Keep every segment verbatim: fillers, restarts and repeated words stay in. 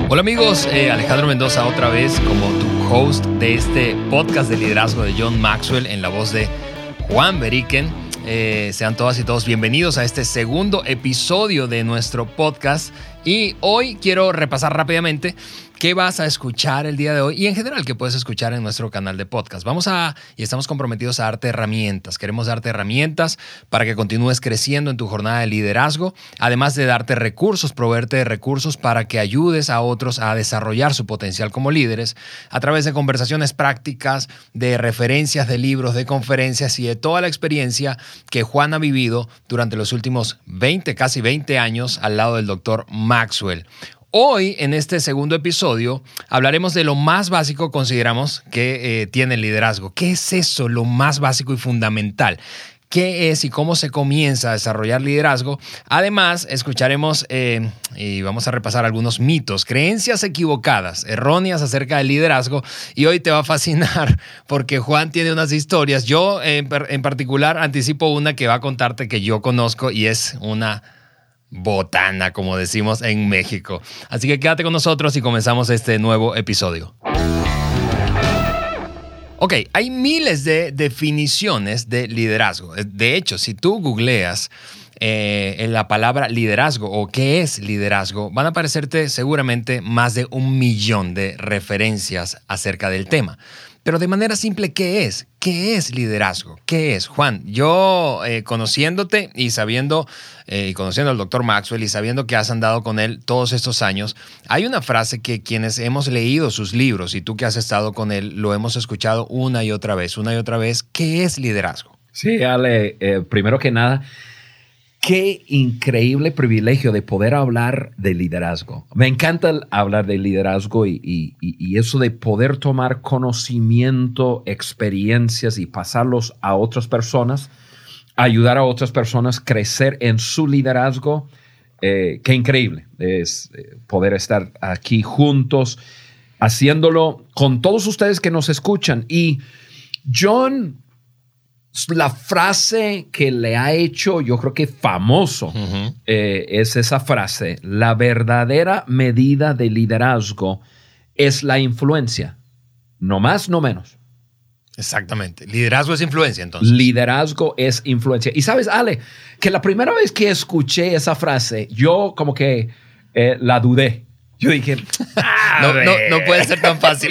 Hola amigos, eh, Alejandro Mendoza otra vez como tu host de este podcast de liderazgo de John Maxwell en la voz de Juan Beriken. Eh, sean todas y todos bienvenidos a este segundo episodio de nuestro podcast y hoy quiero repasar rápidamente qué vas a escuchar el día de hoy y en general qué puedes escuchar en nuestro canal de podcast. Vamos a, y estamos comprometidos a darte herramientas. Queremos darte herramientas para que continúes creciendo en tu jornada de liderazgo, además de darte recursos, proveerte de recursos para que ayudes a otros a desarrollar su potencial como líderes a través de conversaciones prácticas, de referencias de libros, de conferencias y de toda la experiencia que Juan ha vivido durante los últimos veinte, casi veinte años al lado del doctor Maxwell. Hoy, en este segundo episodio, hablaremos de lo más básico, consideramos, que eh, tiene el liderazgo. ¿Qué es eso, lo más básico y fundamental? ¿Qué es y cómo se comienza a desarrollar liderazgo? Además, escucharemos eh, y vamos a repasar algunos mitos, creencias equivocadas, erróneas acerca del liderazgo. Y hoy te va a fascinar porque Juan tiene unas historias. Yo, en, en particular, anticipo una que va a contarte que yo conozco y es una botana, como decimos en México. Así que quédate con nosotros y comenzamos este nuevo episodio. Ok, hay miles de definiciones de liderazgo. De hecho, si tú googleas eh, en la palabra liderazgo o qué es liderazgo, van a aparecerte seguramente más de un millón de referencias acerca del tema. Pero de manera simple, ¿qué es? ¿Qué es liderazgo? ¿Qué es? Juan, yo eh, conociéndote y sabiendo, eh, conociendo al doctor Maxwell y sabiendo que has andado con él todos estos años, hay una frase que quienes hemos leído sus libros y tú que has estado con él, lo hemos escuchado una y otra vez, una y otra vez. ¿Qué es liderazgo? Sí, Ale, eh, primero que nada, qué increíble privilegio de poder hablar de liderazgo. Me encanta hablar de liderazgo y, y, y eso de poder tomar conocimiento, experiencias y pasarlos a otras personas, ayudar a otras personas a crecer en su liderazgo. Eh, qué increíble es poder estar aquí juntos, haciéndolo con todos ustedes que nos escuchan. Y John, la frase que le ha hecho, yo creo que famoso, uh-huh. eh, es esa frase: la verdadera medida de liderazgo es la influencia, no más, no menos. Exactamente. Liderazgo es influencia, entonces. Liderazgo es influencia. Y sabes, Ale, que la primera vez que escuché esa frase, yo como que eh, la dudé. Yo dije, ah, no, no, no puede ser tan fácil.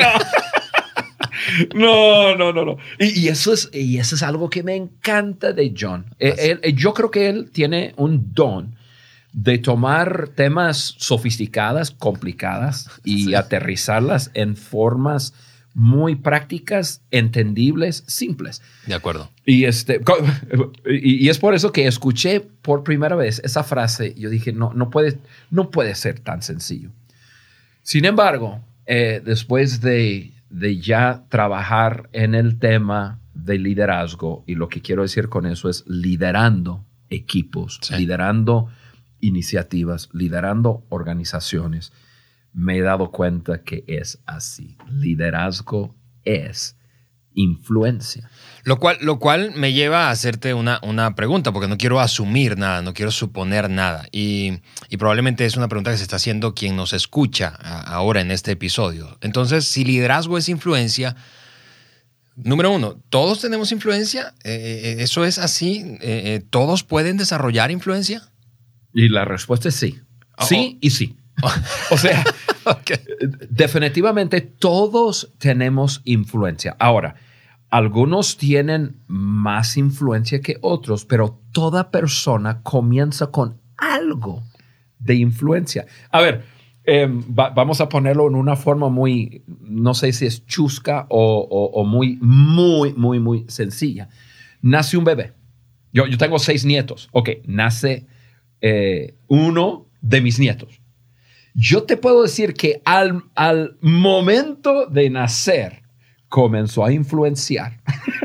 No, no, no, no. Y, y, eso es, y eso es algo que me encanta de John. Él, él, yo creo que él tiene un don de tomar temas sofisticadas, complicadas y sí. aterrizarlas en formas muy prácticas, entendibles, simples. De acuerdo. Y, este, y, y es por eso que escuché por primera vez esa frase. Yo dije, no, no, puede, no puede ser tan sencillo. Sin embargo, eh, después de... de ya trabajar en el tema de liderazgo, y lo que quiero decir con eso es liderando equipos, sí. liderando iniciativas, liderando organizaciones, me he dado cuenta que es así. Liderazgo es influencia. Lo cual, lo cual me lleva a hacerte una, una pregunta, porque no quiero asumir nada, no quiero suponer nada. Y, y probablemente es una pregunta que se está haciendo quien nos escucha a, ahora en este episodio. Entonces, si liderazgo es influencia, número uno, ¿todos tenemos influencia? Eh, ¿Eso es así? Eh, eh, ¿Todos pueden desarrollar influencia? Y la respuesta es sí. Oh, sí oh. y sí. O sea, okay. definitivamente todos tenemos influencia. Ahora, algunos tienen más influencia que otros, pero toda persona comienza con algo de influencia. A ver, eh, va, vamos a ponerlo en una forma muy, no sé si es chusca o, o, o muy, muy, muy, muy sencilla. Nace un bebé. Yo, yo tengo seis nietos. Ok, nace eh, uno de mis nietos. Yo te puedo decir que al, al momento de nacer comenzó a influenciar.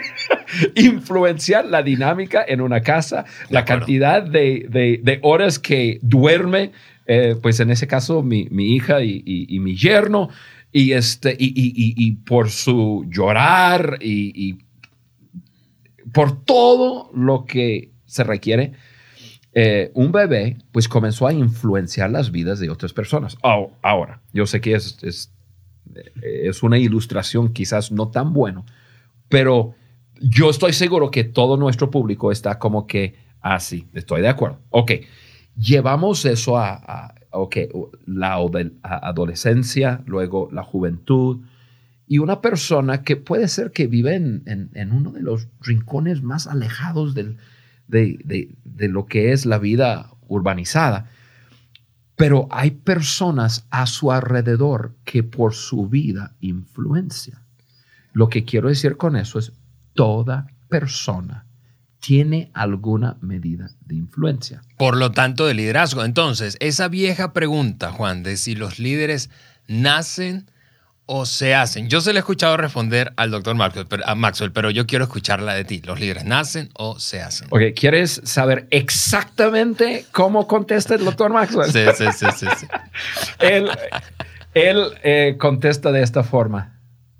influenciar la dinámica en una casa, de la acuerdo. cantidad de, de, de horas que duerme, eh, pues en ese caso mi, mi hija y, y, y mi yerno, y, este, y, y, y, y por su llorar y, y por todo lo que se requiere. eh, un bebé pues comenzó a influenciar las vidas de otras personas. Oh, ahora, yo sé que es, es, es una ilustración quizás no tan buena, pero yo estoy seguro que todo nuestro público está como que, ah, sí, estoy de acuerdo. Ok, llevamos eso a, a okay, la adolescencia, luego la juventud, y una persona que puede ser que vive en, en, en uno de los rincones más alejados del, de, de, de lo que es la vida urbanizada. Pero hay personas a su alrededor que por su vida influencian. Lo que quiero decir con eso es toda persona tiene alguna medida de influencia. Por lo tanto, de liderazgo. Entonces, esa vieja pregunta, Juan, de si los líderes nacen o se hacen. Yo se le he escuchado responder al doctor Maxwell, pero, a Maxwell, pero yo quiero escucharla de ti. ¿Los líderes nacen o se hacen? Ok, ¿quieres saber exactamente cómo contesta el doctor Maxwell? Sí, sí, sí, sí. sí. él él eh, contesta de esta forma.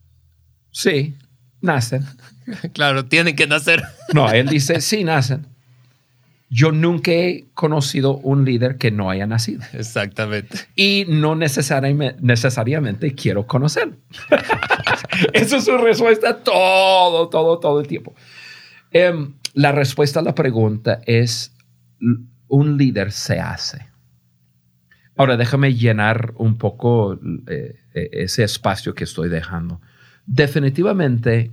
Sí, nacen. Claro, tienen que nacer. No, él dice, sí, nacen. Yo nunca he conocido un líder que no haya nacido. Exactamente. Y no necesariamente, necesariamente quiero conocerlo. Esa es su respuesta todo, todo, todo el tiempo. Um, la respuesta a la pregunta es, un líder se hace. Ahora, déjame llenar un poco eh, ese espacio que estoy dejando. Definitivamente,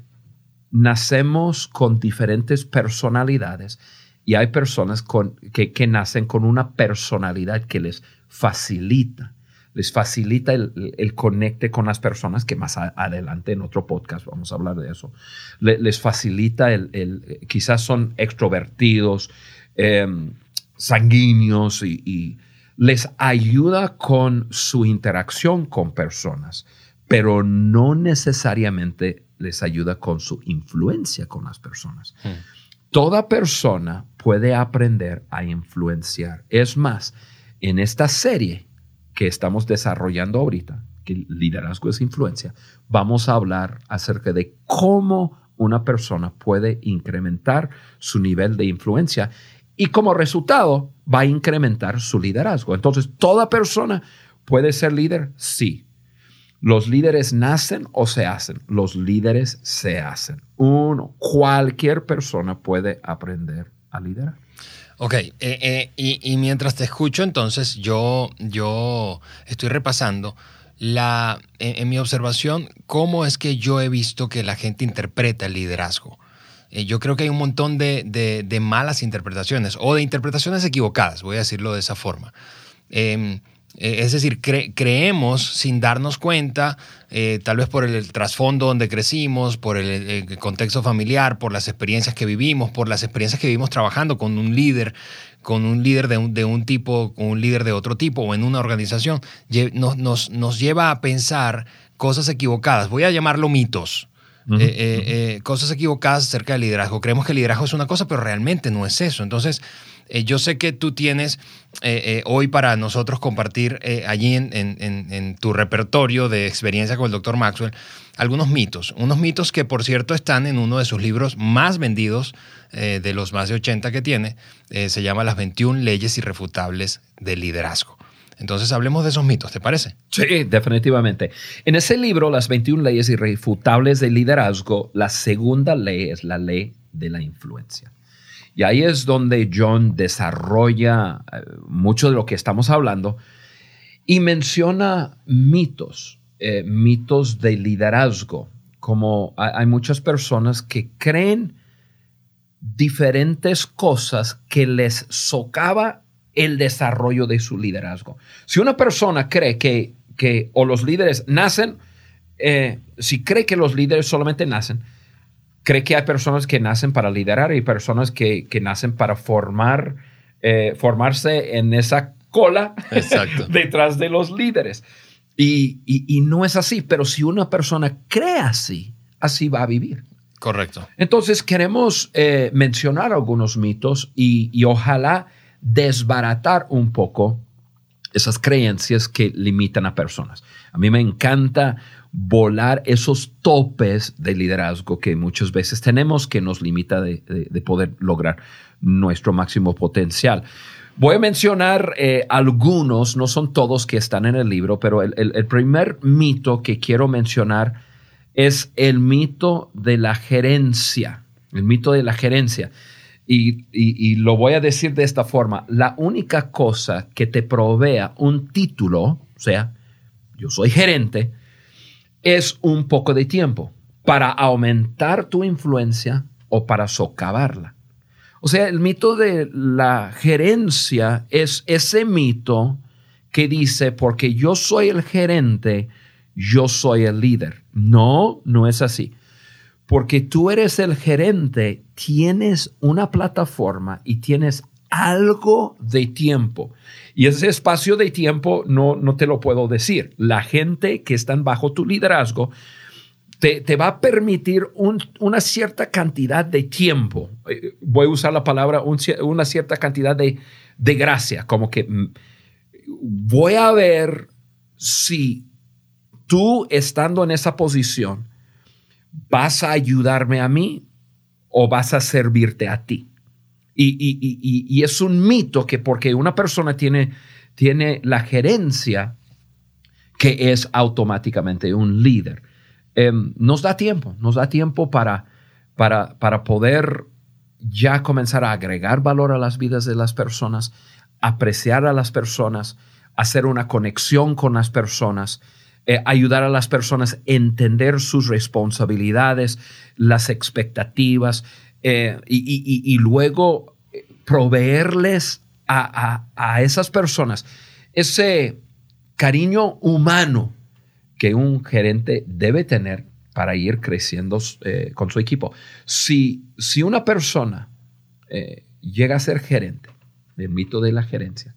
nacemos con diferentes personalidades y hay personas con, que, que nacen con una personalidad que les facilita, les facilita el, el conecte con las personas, que más a, adelante en otro podcast vamos a hablar de eso. Le, les facilita, el, el, quizás son extrovertidos, eh, sanguíneos y, y les ayuda con su interacción con personas, pero no necesariamente les ayuda con su influencia con las personas. Hmm. Toda persona puede aprender a influenciar. Es más, en esta serie que estamos desarrollando ahorita, que liderazgo es influencia, vamos a hablar acerca de cómo una persona puede incrementar su nivel de influencia y como resultado va a incrementar su liderazgo. Entonces, ¿toda persona puede ser líder? Sí. ¿Los líderes nacen o se hacen? Los líderes se hacen. Uno, cualquier persona puede aprender a liderar. Ok, eh, eh, y, y mientras te escucho, entonces, yo, yo estoy repasando la, en, en mi observación cómo es que yo he visto que la gente interpreta el liderazgo. Eh, yo creo que hay un montón de, de, de malas interpretaciones o de interpretaciones equivocadas, voy a decirlo de esa forma. Eh, Es decir, cre- creemos sin darnos cuenta, eh, tal vez por el, el trasfondo donde crecimos, por el, el contexto familiar, por las experiencias que vivimos, por las experiencias que vivimos trabajando con un líder, con un líder de un, de un tipo, con un líder de otro tipo o en una organización, lle- nos, nos, nos lleva a pensar cosas equivocadas. Voy a llamarlo mitos. Uh-huh, eh, eh, uh-huh. eh, cosas equivocadas acerca del liderazgo. Creemos que el liderazgo es una cosa, pero realmente no es eso. Entonces, Eh, yo sé que tú tienes eh, eh, hoy para nosotros compartir eh, allí en, en, en, en tu repertorio de experiencia con el doctor Maxwell algunos mitos. Unos mitos que, por cierto, están en uno de sus libros más vendidos, eh, de los más de ochenta que tiene. Eh, se llama Las veintiuna leyes irrefutables del liderazgo. Entonces, hablemos de esos mitos, ¿te parece? Sí, definitivamente. En ese libro, Las veintiuna leyes irrefutables del liderazgo, la segunda ley es la ley de la influencia. Y ahí es donde John desarrolla eh, mucho de lo que estamos hablando y menciona mitos, eh, mitos de liderazgo. Como hay, hay muchas personas que creen diferentes cosas que les socava el desarrollo de su liderazgo. Si una persona cree que, que o los líderes nacen, eh, si cree que los líderes solamente nacen, cree que hay personas que nacen para liderar y personas que, que nacen para formar, eh, formarse en esa cola detrás de los líderes. Y, y, y no es así, pero si una persona cree así, así va a vivir. Correcto. Entonces queremos eh, mencionar algunos mitos y, y ojalá desbaratar un poco esas creencias que limitan a personas. A mí me encanta volar esos topes de liderazgo que muchas veces tenemos que nos limita de, de, de poder lograr nuestro máximo potencial. Voy a mencionar eh, algunos, no son todos que están en el libro, pero el, el, el primer mito que quiero mencionar es el mito de la gerencia. El mito de la gerencia. Y, y, y lo voy a decir de esta forma. La única cosa que te provea un título, o sea, yo soy gerente, es un poco de tiempo para aumentar tu influencia o para socavarla. O sea, el mito de la gerencia es ese mito que dice, porque yo soy el gerente, yo soy el líder. No, no es así. Porque tú eres el gerente, tienes una plataforma y tienes algo de tiempo. Y ese espacio de tiempo no, no te lo puedo decir. La gente que están bajo tu liderazgo te, te va a permitir un, una cierta cantidad de tiempo. Voy a usar la palabra un, una cierta cantidad de, de gracia. Como que voy a ver si tú, estando en esa posición, vas a ayudarme a mí o vas a servirte a ti. Y, y, y, y es un mito que porque una persona tiene, tiene la gerencia, que es automáticamente un líder. Eh, nos da tiempo, nos da tiempo para, para, para poder ya comenzar a agregar valor a las vidas de las personas, apreciar a las personas, hacer una conexión con las personas, eh, ayudar a las personas a entender sus responsabilidades, las expectativas, eh, y, y, y luego proveerles a, a, a esas personas ese cariño humano que un gerente debe tener para ir creciendo eh, con su equipo. Si, si una persona eh, llega a ser gerente, el mito de la gerencia,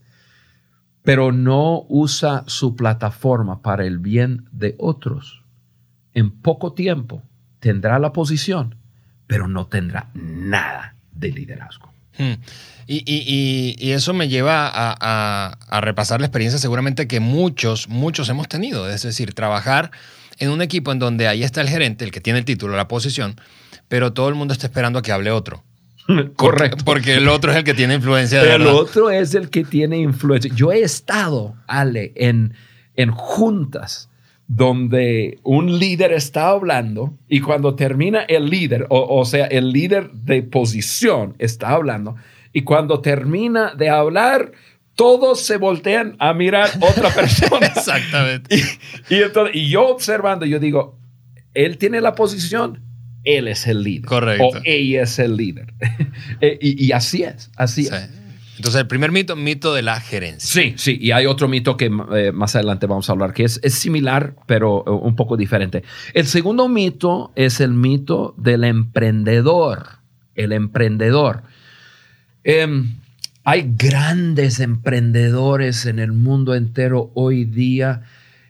pero no usa su plataforma para el bien de otros, en poco tiempo tendrá la posición, pero no tendrá nada de liderazgo. Hmm. Y, y, y, y eso me lleva a, a, a repasar la experiencia seguramente que muchos, muchos hemos tenido. Es decir, trabajar en un equipo en donde ahí está el gerente, el que tiene el título, la posición, pero todo el mundo está esperando a que hable otro. Correcto. Porque, porque el otro es el que tiene influencia. De el verdad. otro es el que tiene influencia. Yo he estado, Ale, en, en juntas donde un líder está hablando y cuando termina el líder, o, o sea, el líder de posición está hablando y cuando termina de hablar, todos se voltean a mirar a otra persona. Exactamente. Y, y, entonces, y yo observando, yo digo, él tiene la posición, él es el líder. Correcto. O ella es el líder. y, y así es, así sí. es. Entonces, el primer mito, mito de la gerencia. Sí, sí. Y hay otro mito que eh, más adelante vamos a hablar, que es, es similar, pero uh, un poco diferente. El segundo mito es el mito del emprendedor. El emprendedor. Eh, hay grandes emprendedores en el mundo entero hoy día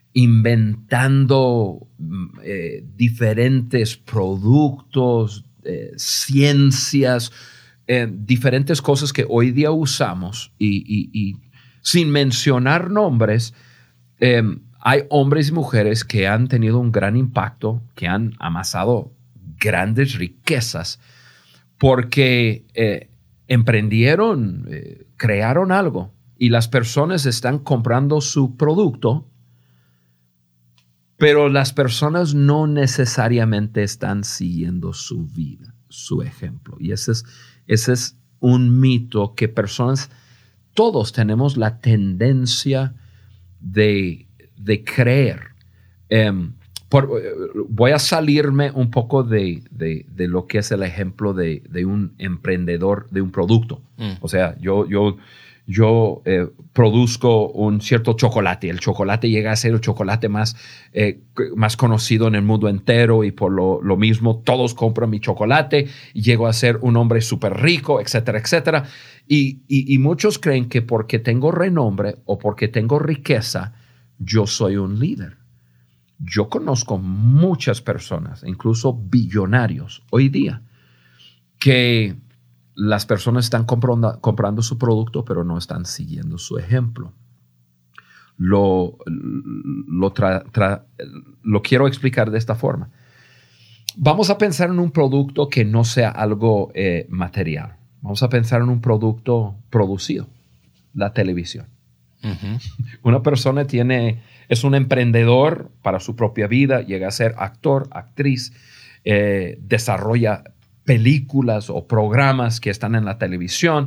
inventando eh, diferentes productos, eh, ciencias, Eh, diferentes cosas que hoy día usamos y, y, y sin mencionar nombres, eh, hay hombres y mujeres que han tenido un gran impacto, que han amasado grandes riquezas porque eh, emprendieron, eh, crearon algo y las personas están comprando su producto, pero las personas no necesariamente están siguiendo su vida, su ejemplo. Y ese es Ese es un mito que personas, todos tenemos la tendencia de, de creer. Um, por, voy a salirme un poco de, de, de lo que es el ejemplo de, de un emprendedor de un producto. Mm. O sea, yo, yo, yo eh, produzco un cierto chocolate. El chocolate llega a ser el chocolate más, eh, más conocido en el mundo entero y por lo, lo mismo todos compran mi chocolate y llego a ser un hombre súper rico, etcétera, etcétera. Y, y, y muchos creen que porque tengo renombre o porque tengo riqueza, yo soy un líder. Yo conozco muchas personas, incluso billonarios hoy día, que las personas están comprando, comprando su producto, pero no están siguiendo su ejemplo. lo, lo, tra, tra, lo quiero explicar de esta forma. Vamos a pensar en un producto que no sea algo eh, material. Vamos a pensar en un producto producido, la televisión. Uh-huh. Una persona tiene, es un emprendedor para su propia vida, llega a ser actor, actriz, eh, desarrolla películas o programas que están en la televisión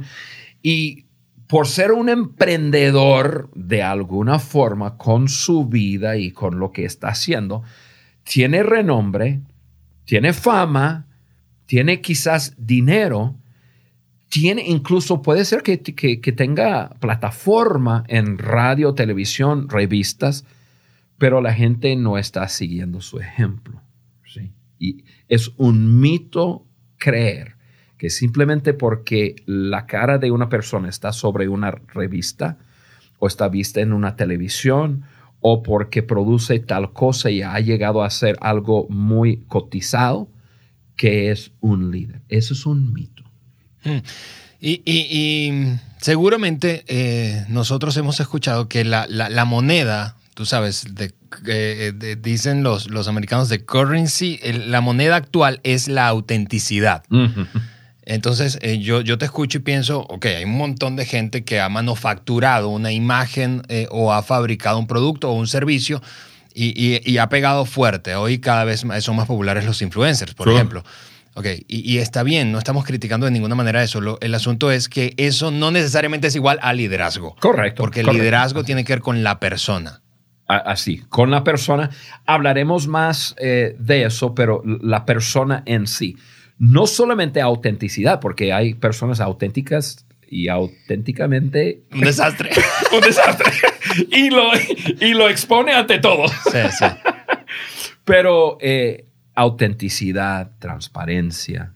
y por ser un emprendedor de alguna forma con su vida y con lo que está haciendo, tiene renombre, tiene fama, tiene quizás dinero, tiene incluso, puede ser que, que, que tenga plataforma en radio, televisión, revistas, pero la gente no está siguiendo su ejemplo. ¿Sí? Y es un mito creer que simplemente porque la cara de una persona está sobre una revista o está vista en una televisión o porque produce tal cosa y ha llegado a ser algo muy cotizado, que es un líder. Eso es un mito. Hmm. Y, y, y seguramente eh, nosotros hemos escuchado que la, la, la moneda, tú sabes, de, eh, de, dicen los, los americanos de currency, el, la moneda actual es la autenticidad. Uh-huh. Entonces, eh, yo, yo te escucho y pienso, ok, hay un montón de gente que ha manufacturado una imagen eh, o ha fabricado un producto o un servicio y, y, y ha pegado fuerte. Hoy cada vez más, son más populares los influencers, por sure. ejemplo. Ok, y, y está bien, no estamos criticando de ninguna manera eso. Lo, el asunto es que eso no necesariamente es igual a liderazgo. Correcto. Porque el correcto. liderazgo tiene que ver con la persona. Así, con la persona. Hablaremos más eh, de eso, pero la persona en sí. No solamente autenticidad, porque hay personas auténticas y auténticamente... Un desastre. Un desastre. Y lo, y lo expone ante todo. Sí, sí. Pero eh, autenticidad, transparencia,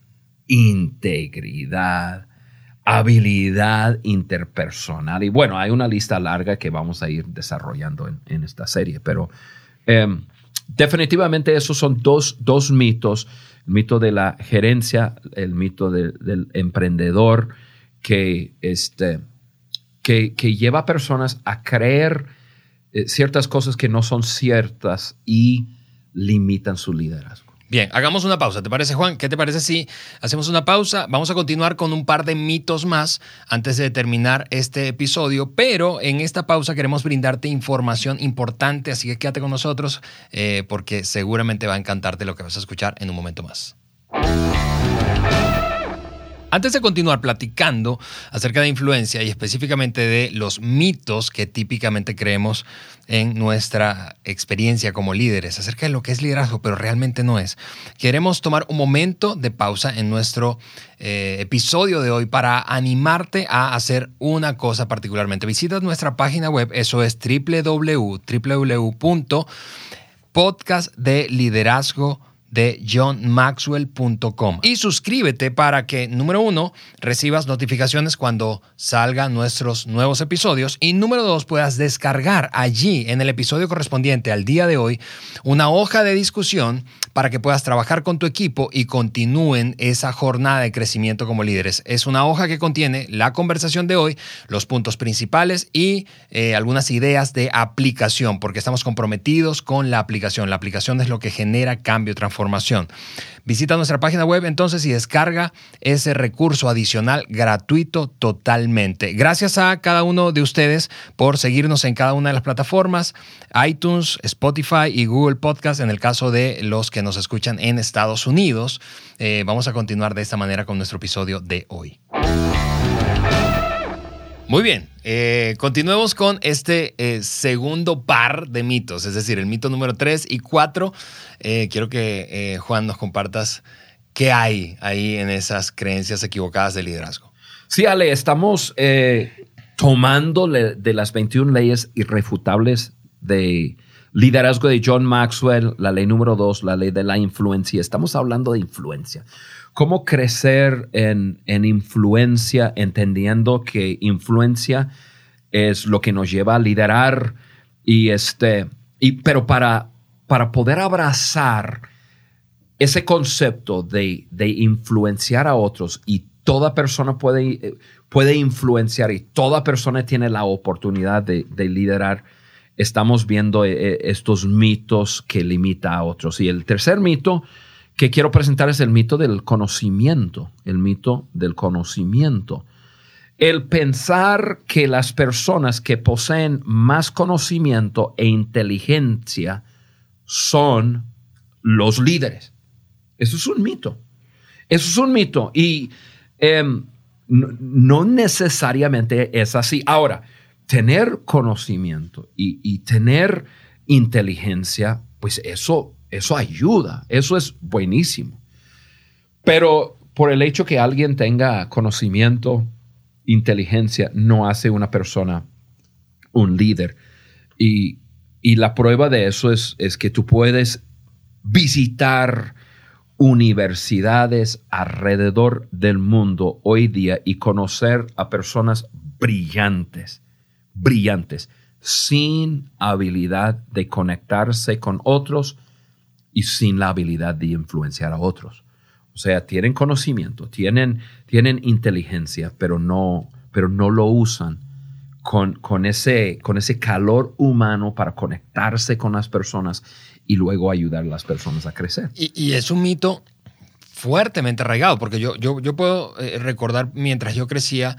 integridad, habilidad interpersonal. Y bueno, hay una lista larga que vamos a ir desarrollando en, en esta serie, pero eh, definitivamente esos son dos, dos mitos. El mito de la gerencia, el mito de, del emprendedor que, este, que, que lleva a personas a creer eh, ciertas cosas que no son ciertas y limitan su liderazgo. Bien, hagamos una pausa. ¿Te parece, Juan? ¿Qué te parece si hacemos una pausa? Vamos a continuar con un par de mitos más antes de terminar este episodio, pero en esta pausa queremos brindarte información importante, así que quédate con nosotros eh, porque seguramente va a encantarte lo que vas a escuchar en un momento más. Antes de continuar platicando acerca de influencia y específicamente de los mitos que típicamente creemos en nuestra experiencia como líderes acerca de lo que es liderazgo, pero realmente no es, queremos tomar un momento de pausa en nuestro eh, episodio de hoy para animarte a hacer una cosa particularmente. Visita nuestra página web, eso es doble u doble u doble u punto podcast de liderazgo de john maxwell punto com y suscríbete para que, número uno, recibas notificaciones cuando salgan nuestros nuevos episodios y, número dos, puedas descargar allí en el episodio correspondiente al día de hoy una hoja de discusión para que puedas trabajar con tu equipo y continúen esa jornada de crecimiento como líderes. Es una hoja que contiene la conversación de hoy, los puntos principales y eh, algunas ideas de aplicación, porque estamos comprometidos con la aplicación. La aplicación es lo que genera cambio, transformación. Información. Visita nuestra página web entonces y descarga ese recurso adicional gratuito totalmente. Gracias a cada uno de ustedes por seguirnos en cada una de las plataformas, iTunes, Spotify y Google Podcast en el caso de los que nos escuchan en Estados Unidos. Eh, vamos a continuar de esta manera con nuestro episodio de hoy. Muy bien, eh, continuemos con este eh, segundo par de mitos, es decir, el mito número tres y cuatro. Eh, quiero que, eh, Juan, nos compartas qué hay ahí en esas creencias equivocadas de liderazgo. Sí, Ale, estamos eh, tomando le, de las veintiuna leyes irrefutables de liderazgo de John Maxwell, la ley número dos, la ley de la influencia. Estamos hablando de influencia. ¿Cómo crecer en, en influencia, entendiendo que influencia es lo que nos lleva a liderar? Y este, y, pero para, para poder abrazar ese concepto de, de influenciar a otros, y toda persona puede, puede influenciar y toda persona tiene la oportunidad de, de liderar, estamos viendo eh, estos mitos que limita a otros. Y el tercer mito que quiero presentar es el mito del conocimiento, el mito del conocimiento. El pensar que las personas que poseen más conocimiento e inteligencia son los líderes. Eso es un mito. Eso es un mito. Y eh, no, no necesariamente es así. Ahora, tener conocimiento y, y tener inteligencia, pues eso, eso ayuda. Eso es buenísimo. Pero por el hecho que alguien tenga conocimiento, inteligencia, no hace una persona un líder. Y, y la prueba de eso es, es que tú puedes visitar universidades alrededor del mundo hoy día y conocer a personas brillantes, brillantes, sin habilidad de conectarse con otros y sin la habilidad de influenciar a otros. O sea, tienen conocimiento, tienen, tienen inteligencia, pero no, pero no lo usan con, con, ese, con ese calor humano para conectarse con las personas y luego ayudar a las personas a crecer. Y, y es un mito fuertemente arraigado, porque yo, yo, yo puedo eh, recordar mientras yo crecía,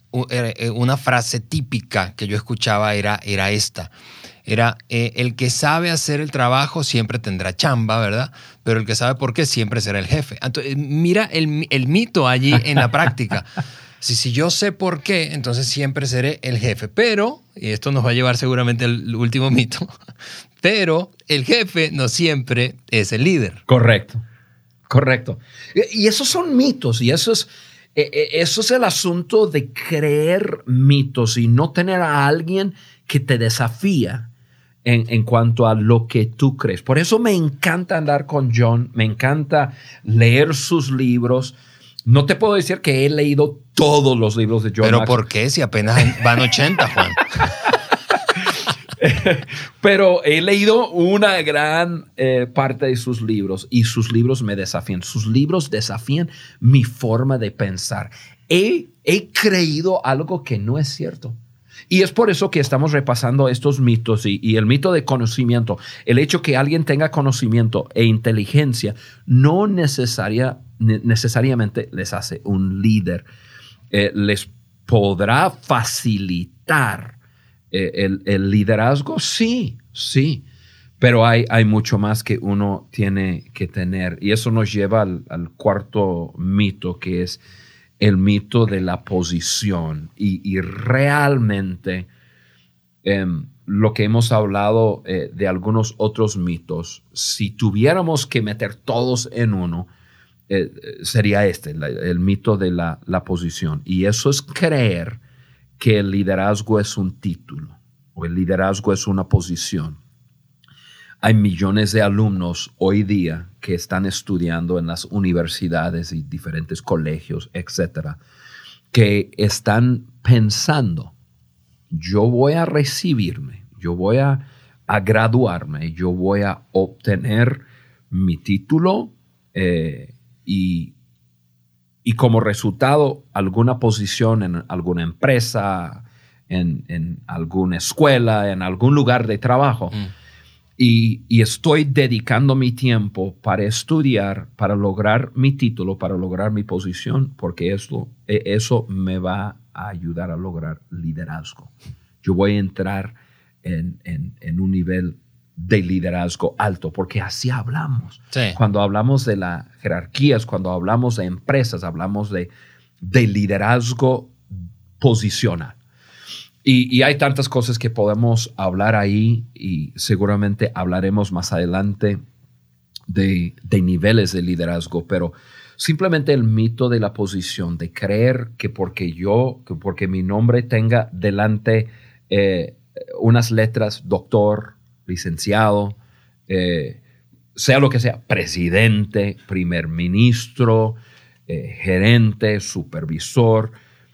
una frase típica que yo escuchaba era, era esta. Era, eh, el que sabe hacer el trabajo siempre tendrá chamba, ¿verdad? Pero el que sabe por qué siempre será el jefe. Entonces, mira el, el mito allí en la práctica. Si, si yo sé por qué, entonces siempre seré el jefe. Pero, y esto nos va a llevar seguramente al último mito, pero el jefe no siempre es el líder. Correcto, correcto. Y esos son mitos, y eso es, eso es el asunto de creer mitos y no tener a alguien que te desafía en, en cuanto a lo que tú crees. Por eso me encanta andar con John, me encanta leer sus libros. No te puedo decir que he leído todos los libros de John ¿Pero Maxwell. por qué? Si apenas van ochenta, Juan. Pero he leído una gran eh, parte de sus libros y sus libros me desafían. Sus libros desafían mi forma de pensar. He, he creído algo que no es cierto. Y es por eso que estamos repasando estos mitos y, y el mito de conocimiento. El hecho que alguien tenga conocimiento e inteligencia no necesaria, ne- necesariamente les hace un líder. Eh, les podrá facilitar eh, el, el liderazgo, sí, sí. Pero hay, hay mucho más que uno tiene que tener. Y eso nos lleva al, al cuarto mito, que es el mito de la posición. Y, y realmente eh, lo que hemos hablado eh, de algunos otros mitos, si tuviéramos que meter todos en uno, eh, sería este, la, el mito de la, la posición. Y eso es creer que el liderazgo es un título o el liderazgo es una posición. Hay millones de alumnos hoy día que están estudiando en las universidades y diferentes colegios, etcétera, que están pensando, yo voy a recibirme, yo voy a, a graduarme, yo voy a obtener mi título eh, y, y como resultado alguna posición en alguna empresa, en, en alguna escuela, en algún lugar de trabajo. Mm. Y, y estoy dedicando mi tiempo para estudiar, para lograr mi título, para lograr mi posición, porque eso, eso me va a ayudar a lograr liderazgo. Yo voy a entrar en, en, en un nivel de liderazgo alto, porque así hablamos. Sí. Cuando hablamos de las jerarquías, cuando hablamos de empresas, hablamos de, de liderazgo posicional. Y, y hay tantas cosas que podemos hablar ahí y seguramente hablaremos más adelante de, de niveles de liderazgo, pero simplemente el mito de la posición, de creer que porque yo, que porque mi nombre tenga delante eh, unas letras doctor, licenciado, eh, sea lo que sea, presidente, primer ministro, eh, gerente, supervisor,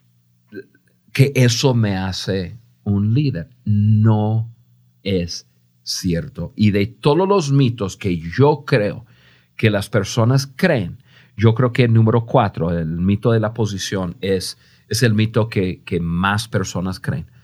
que eso me hace un líder. No es cierto. Y de todos los mitos que yo creo que las personas creen, yo creo que el número cuatro, el mito de la posición, es, es el mito que, que más personas creen.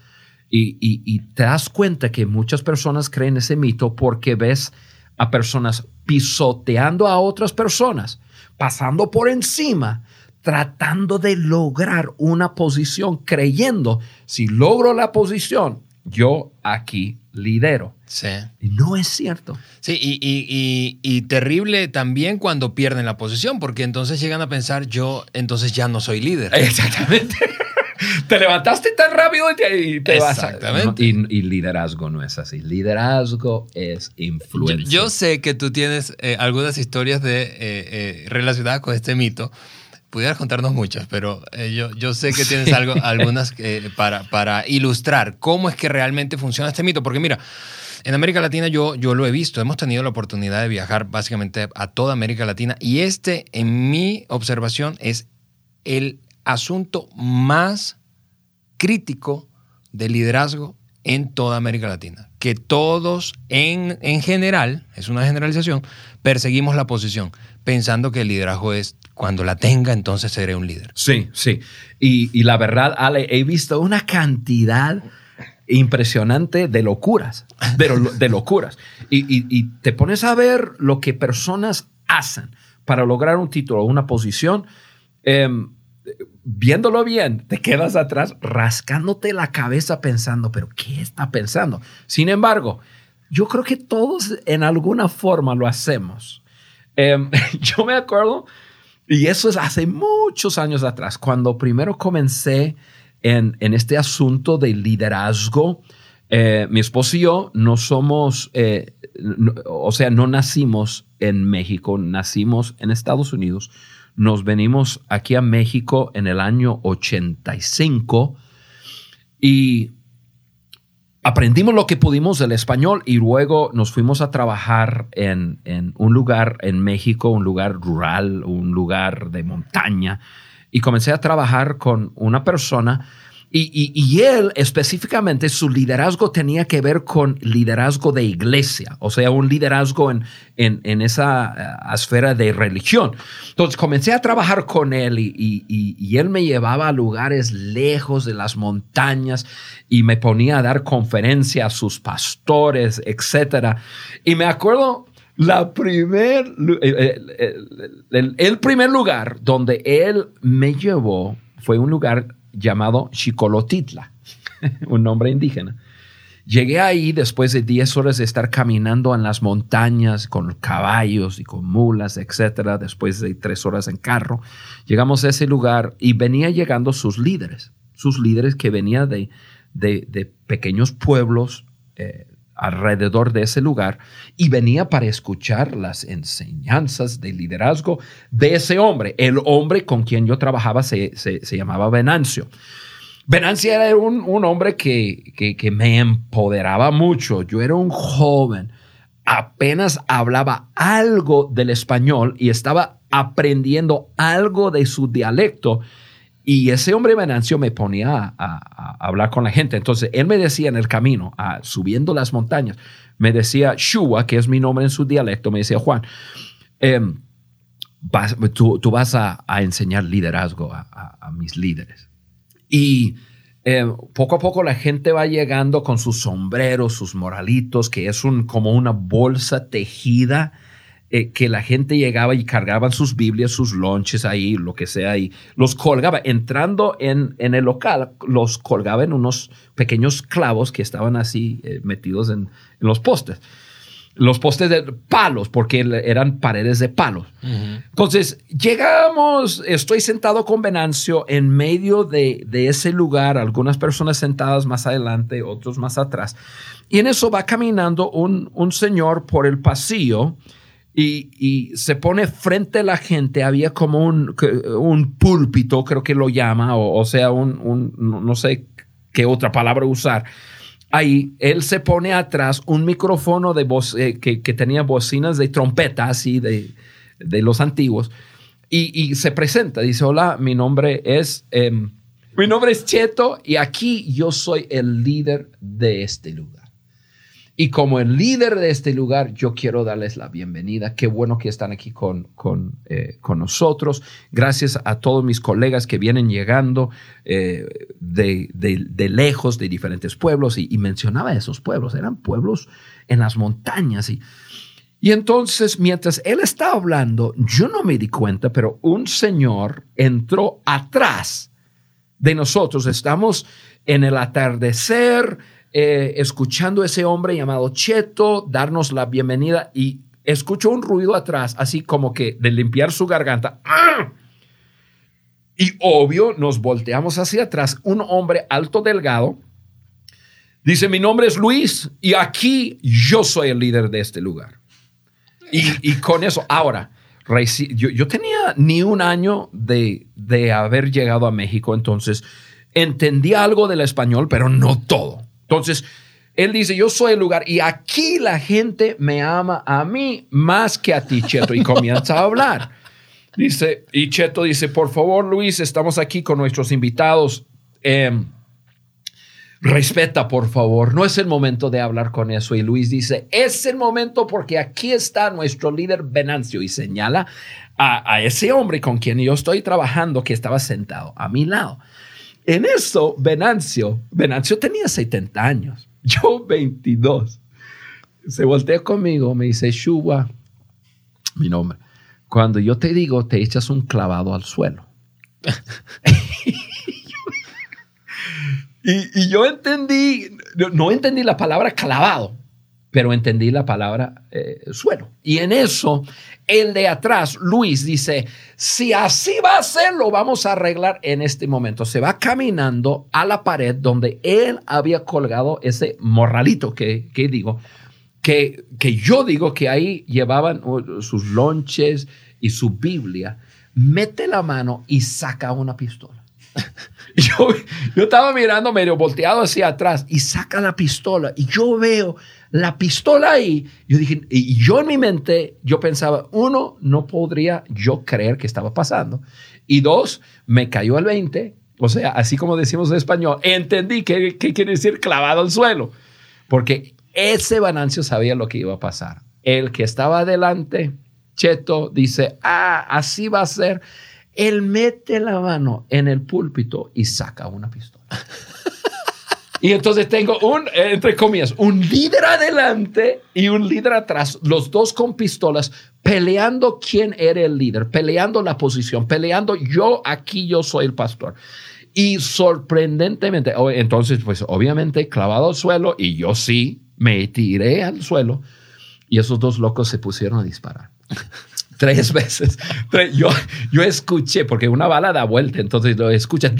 Y, y, y te das cuenta que muchas personas creen ese mito porque ves a personas pisoteando a otras personas, pasando por encima, tratando de lograr una posición, creyendo, si logro la posición, yo aquí lidero. Sí. Y no es cierto. Sí, y, y, y, y terrible también cuando pierden la posición, porque entonces llegan a pensar, yo entonces ya no soy líder. Exactamente. Te levantaste tan rápido y te, y te vas. Exactamente. Y, y liderazgo no es así. Liderazgo es influencia. Yo, yo sé que tú tienes eh, algunas historias de, eh, eh, relacionadas con este mito. Pudieras contarnos muchas, pero eh, yo, yo sé que tienes algo, algunas eh, para, para ilustrar cómo es que realmente funciona este mito. Porque mira, en América Latina yo, yo lo he visto. Hemos tenido la oportunidad de viajar básicamente a toda América Latina. Y este, en mi observación, es el asunto más crítico de liderazgo en toda América Latina. Que todos, en, en general, es una generalización, perseguimos la posición, pensando que el liderazgo es cuando la tenga, entonces seré un líder. Sí, sí. Y, y la verdad, Ale, he visto una cantidad impresionante de locuras, de, de locuras. Y, y, y te pones a ver lo que personas hacen para lograr un título o una posición. Eh, viéndolo bien, te quedas atrás rascándote la cabeza pensando, pero ¿qué está pensando? Sin embargo, yo creo que todos en alguna forma lo hacemos. Eh, yo me acuerdo, y eso es hace muchos años atrás, cuando primero comencé en, en este asunto de liderazgo. Eh, mi esposo y yo no somos, eh, no, o sea, no nacimos en México, nacimos en Estados Unidos. Nos venimos aquí a México en el año ochenta y cinco y aprendimos lo que pudimos del español y luego nos fuimos a trabajar en, en un lugar en México, un lugar rural, un lugar de montaña, y comencé a trabajar con una persona y, y, y él específicamente, su liderazgo tenía que ver con liderazgo de iglesia, o sea, un liderazgo en, en, en esa uh, esfera de religión. Entonces comencé a trabajar con él y, y, y, y él me llevaba a lugares lejos de las montañas y me ponía a dar conferencias a sus pastores, etcétera. Y me acuerdo la primer, el, el, el, el primer lugar donde él me llevó fue un lugar llamado Xicolotitla, un nombre indígena. Llegué ahí después de diez horas de estar caminando en las montañas con caballos y con mulas, etcétera. Después de tres horas en carro, llegamos a ese lugar y venía llegando sus líderes, sus líderes que venían de, de, de pequeños pueblos eh, alrededor de ese lugar y venía para escuchar las enseñanzas de liderazgo de ese hombre. El hombre con quien yo trabajaba se, se, se llamaba Venancio. Venancio era un, un hombre que, que, que me empoderaba mucho. Yo era un joven, apenas hablaba algo del español y estaba aprendiendo algo de su dialecto. Y ese hombre Venancio me ponía a, a, a hablar con la gente. Entonces, él me decía en el camino, a, subiendo las montañas, me decía Shua, que es mi nombre en su dialecto, me decía, Juan, eh, vas, tú, tú vas a, a enseñar liderazgo a, a, a mis líderes. Y eh, poco a poco la gente va llegando con sus sombreros, sus moralitos, que es un, como una bolsa tejida, Eh, que la gente llegaba y cargaban sus Biblias, sus lonches ahí, lo que sea, y los colgaba. Entrando en, en el local, los colgaba en unos pequeños clavos que estaban así eh, metidos en, en los postes. Los postes de palos, porque eran paredes de palos. Uh-huh. Entonces, llegamos, estoy sentado con Venancio en medio de, de ese lugar, algunas personas sentadas más adelante, otros más atrás. Y en eso va caminando un, un señor por el pasillo, Y, y se pone frente a la gente. Había como un, un púlpito, creo que lo llama, o, o sea, un, un, no sé qué otra palabra usar. Ahí él se pone atrás un micrófono de voz, eh, que, que tenía bocinas de trompeta, así de, de los antiguos, y, y se presenta. Dice, hola, mi nombre es, eh, mi nombre es Cheto y aquí yo soy el líder de este lugar. Y como el líder de este lugar, yo quiero darles la bienvenida. Qué bueno que están aquí con, con, eh, con nosotros. Gracias a todos mis colegas que vienen llegando eh, de, de, de lejos, de diferentes pueblos. Y, y mencionaba esos pueblos. Eran pueblos en las montañas. Y, y entonces, mientras él estaba hablando, yo no me di cuenta, pero un señor entró atrás de nosotros. Estamos en el atardecer, Eh, escuchando a ese hombre llamado Cheto darnos la bienvenida y escucho un ruido atrás, así como que de limpiar su garganta. ¡Ah! Y obvio, nos volteamos hacia atrás. Un hombre alto, delgado, dice, mi nombre es Luis y aquí yo soy el líder de este lugar. Y, y con eso, ahora, yo, yo tenía ni un año de, de haber llegado a México, entonces entendía algo del español, pero no todo. Entonces, él dice, yo soy el lugar y aquí la gente me ama a mí más que a ti, Cheto. Y comienza a hablar. Dice, y Cheto dice, por favor, Luis, estamos aquí con nuestros invitados. Eh, respeta, por favor. No es el momento de hablar con eso. Y Luis dice, es el momento porque aquí está nuestro líder Venancio. Y señala a, a ese hombre con quien yo estoy trabajando que estaba sentado a mi lado. En eso, Venancio, Venancio tenía setenta años, yo veintidós. Se voltea conmigo, me dice, Shuba, mi nombre, cuando yo te digo, te echas un clavado al suelo. y, y yo entendí, no entendí la palabra clavado, pero entendí la palabra eh, suelo. Y en eso, el de atrás, Luis, dice, si así va a ser, lo vamos a arreglar en este momento. Se va caminando a la pared donde él había colgado ese morralito que, que digo, que, que yo digo que ahí llevaban sus lonches y su Biblia. Mete la mano y saca una pistola. Yo, yo estaba mirando medio volteado hacia atrás y saca la pistola y yo veo la pistola ahí. Yo dije, y yo en mi mente, yo pensaba, uno, no podría yo creer que estaba pasando. Y dos, me cayó el veinte. O sea, así como decimos en español, entendí qué quiere decir clavado al suelo. Porque ese Venancio sabía lo que iba a pasar. El que estaba adelante, Cheto, dice, ah, así va a ser. Él mete la mano en el púlpito y saca una pistola. Y entonces tengo un, entre comillas, un líder adelante y un líder atrás, los dos con pistolas, peleando quién era el líder, peleando la posición, peleando yo aquí, yo soy el pastor. Y sorprendentemente, entonces, pues obviamente clavado al suelo y yo sí me tiré al suelo y esos dos locos se pusieron a disparar. Tres veces. Yo, yo escuché, porque una bala da vuelta, entonces lo escuchas.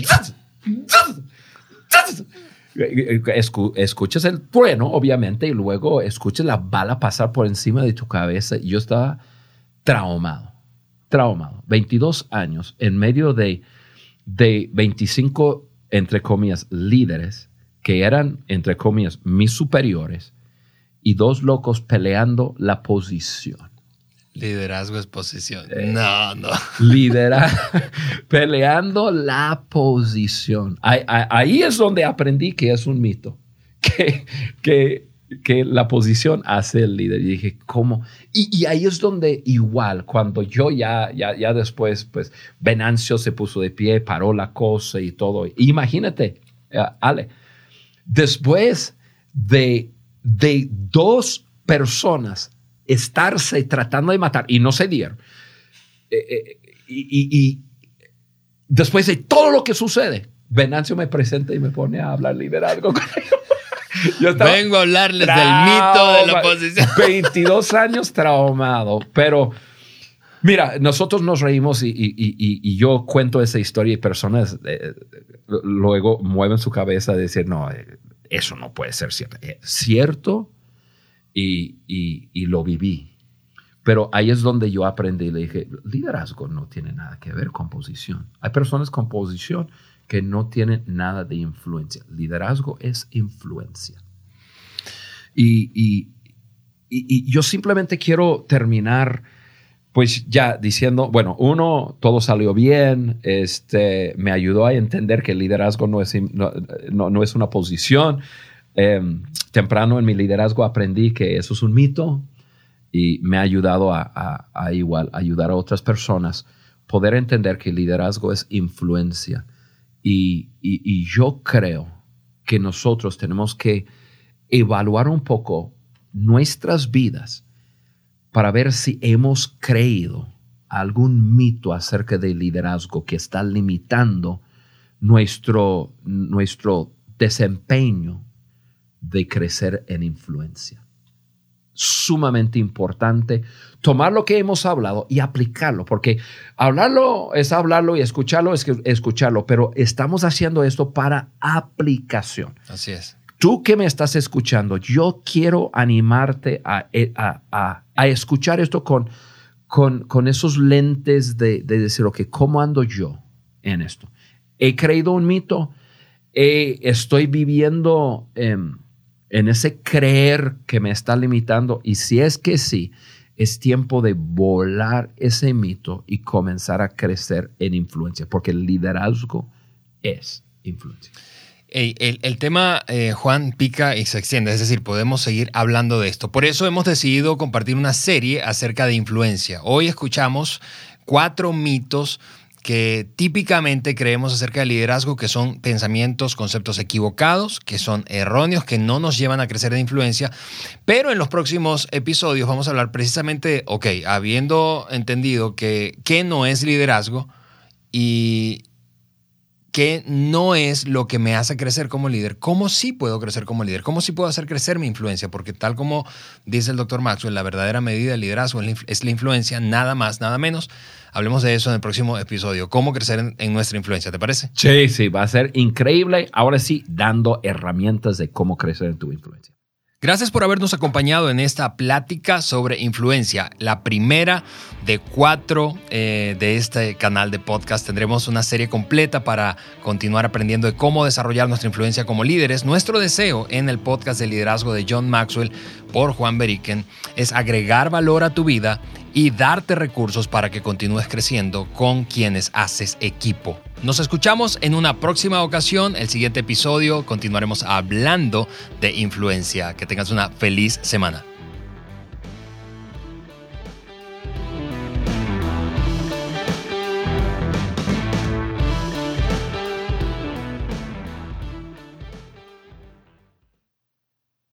Escu, escuchas el trueno, obviamente, y luego escuchas la bala pasar por encima de tu cabeza. Y yo estaba traumado, traumado. veintidós años en medio de, de veinticinco, entre comillas, líderes que eran, entre comillas, mis superiores y dos locos peleando la posición. Liderazgo es posición. Eh, no, no. Liderazgo, peleando la posición. Ahí, ahí es donde aprendí que es un mito. Que, que, que la posición hace el líder. Y dije, ¿cómo? Y, y ahí es donde igual, cuando yo ya, ya, ya después, pues, Venancio se puso de pie, paró la cosa y todo. Imagínate, uh, Ale, después de, de dos personas estarse tratando de matar y no se dieron. Eh, eh, y, y, y después de todo lo que sucede, Venancio me presenta y me pone a hablar liderazgo con ellos. Yo Vengo a hablarles trauma, del mito de la oposición. veintidós años traumado, pero mira, nosotros nos reímos y, y, y, y yo cuento esa historia y personas eh, luego mueven su cabeza a decir, no, eh, eso no puede ser cierto. Es cierto. Y, y, y lo viví. Pero ahí es donde yo aprendí y le dije, liderazgo no tiene nada que ver con posición. Hay personas con posición que no tienen nada de influencia. Liderazgo es influencia. Y, y, y, y yo simplemente quiero terminar pues ya diciendo, bueno, uno, todo salió bien, este, me ayudó a entender que el liderazgo no es, no, no, no es una posición. Eh, temprano en mi liderazgo aprendí que eso es un mito y me ha ayudado a, a, a igual ayudar a otras personas poder entender que el liderazgo es influencia. Y, y, y yo creo que nosotros tenemos que evaluar un poco nuestras vidas para ver si hemos creído algún mito acerca del liderazgo que está limitando nuestro, nuestro desempeño de crecer en influencia. Sumamente importante tomar lo que hemos hablado y aplicarlo, porque hablarlo es hablarlo y escucharlo es escucharlo, pero estamos haciendo esto para aplicación. Así es. Tú que me estás escuchando, yo quiero animarte a, a, a, a escuchar esto con, con, con esos lentes de, de decir, ok, ¿cómo ando yo en esto? ¿He creído un mito? Eh, ¿Estoy viviendo eh, en ese creer que me está limitando? Y si es que sí, es tiempo de volar ese mito y comenzar a crecer en influencia, porque el liderazgo es influencia. El, el, el tema, eh, Juan, pica y se extiende, es decir, podemos seguir hablando de esto. Por eso hemos decidido compartir una serie acerca de influencia. Hoy escuchamos cuatro mitos que típicamente creemos acerca del liderazgo, que son pensamientos, conceptos equivocados, que son erróneos, que no nos llevan a crecer en influencia. Pero en los próximos episodios vamos a hablar precisamente de, ok, habiendo entendido que qué no es liderazgo y qué no es lo que me hace crecer como líder, ¿cómo sí puedo crecer como líder? ¿Cómo sí puedo hacer crecer mi influencia? Porque tal como dice el doctor Maxwell, la verdadera medida del liderazgo es la influencia, nada más, nada menos. Hablemos de eso en el próximo episodio. ¿Cómo crecer en, en nuestra influencia? ¿Te parece? Sí, sí, va a ser increíble. Ahora sí, dando herramientas de cómo crecer en tu influencia. Gracias por habernos acompañado en esta plática sobre influencia, la primera de cuatro eh, de este canal de podcast. Tendremos una serie completa para continuar aprendiendo de cómo desarrollar nuestra influencia como líderes. Nuestro deseo en el podcast de liderazgo de John Maxwell por Juan Beriken es agregar valor a tu vida y darte recursos para que continúes creciendo con quienes haces equipo. Nos escuchamos en una próxima ocasión. El siguiente episodio continuaremos hablando de influencia. Que tengas una feliz semana.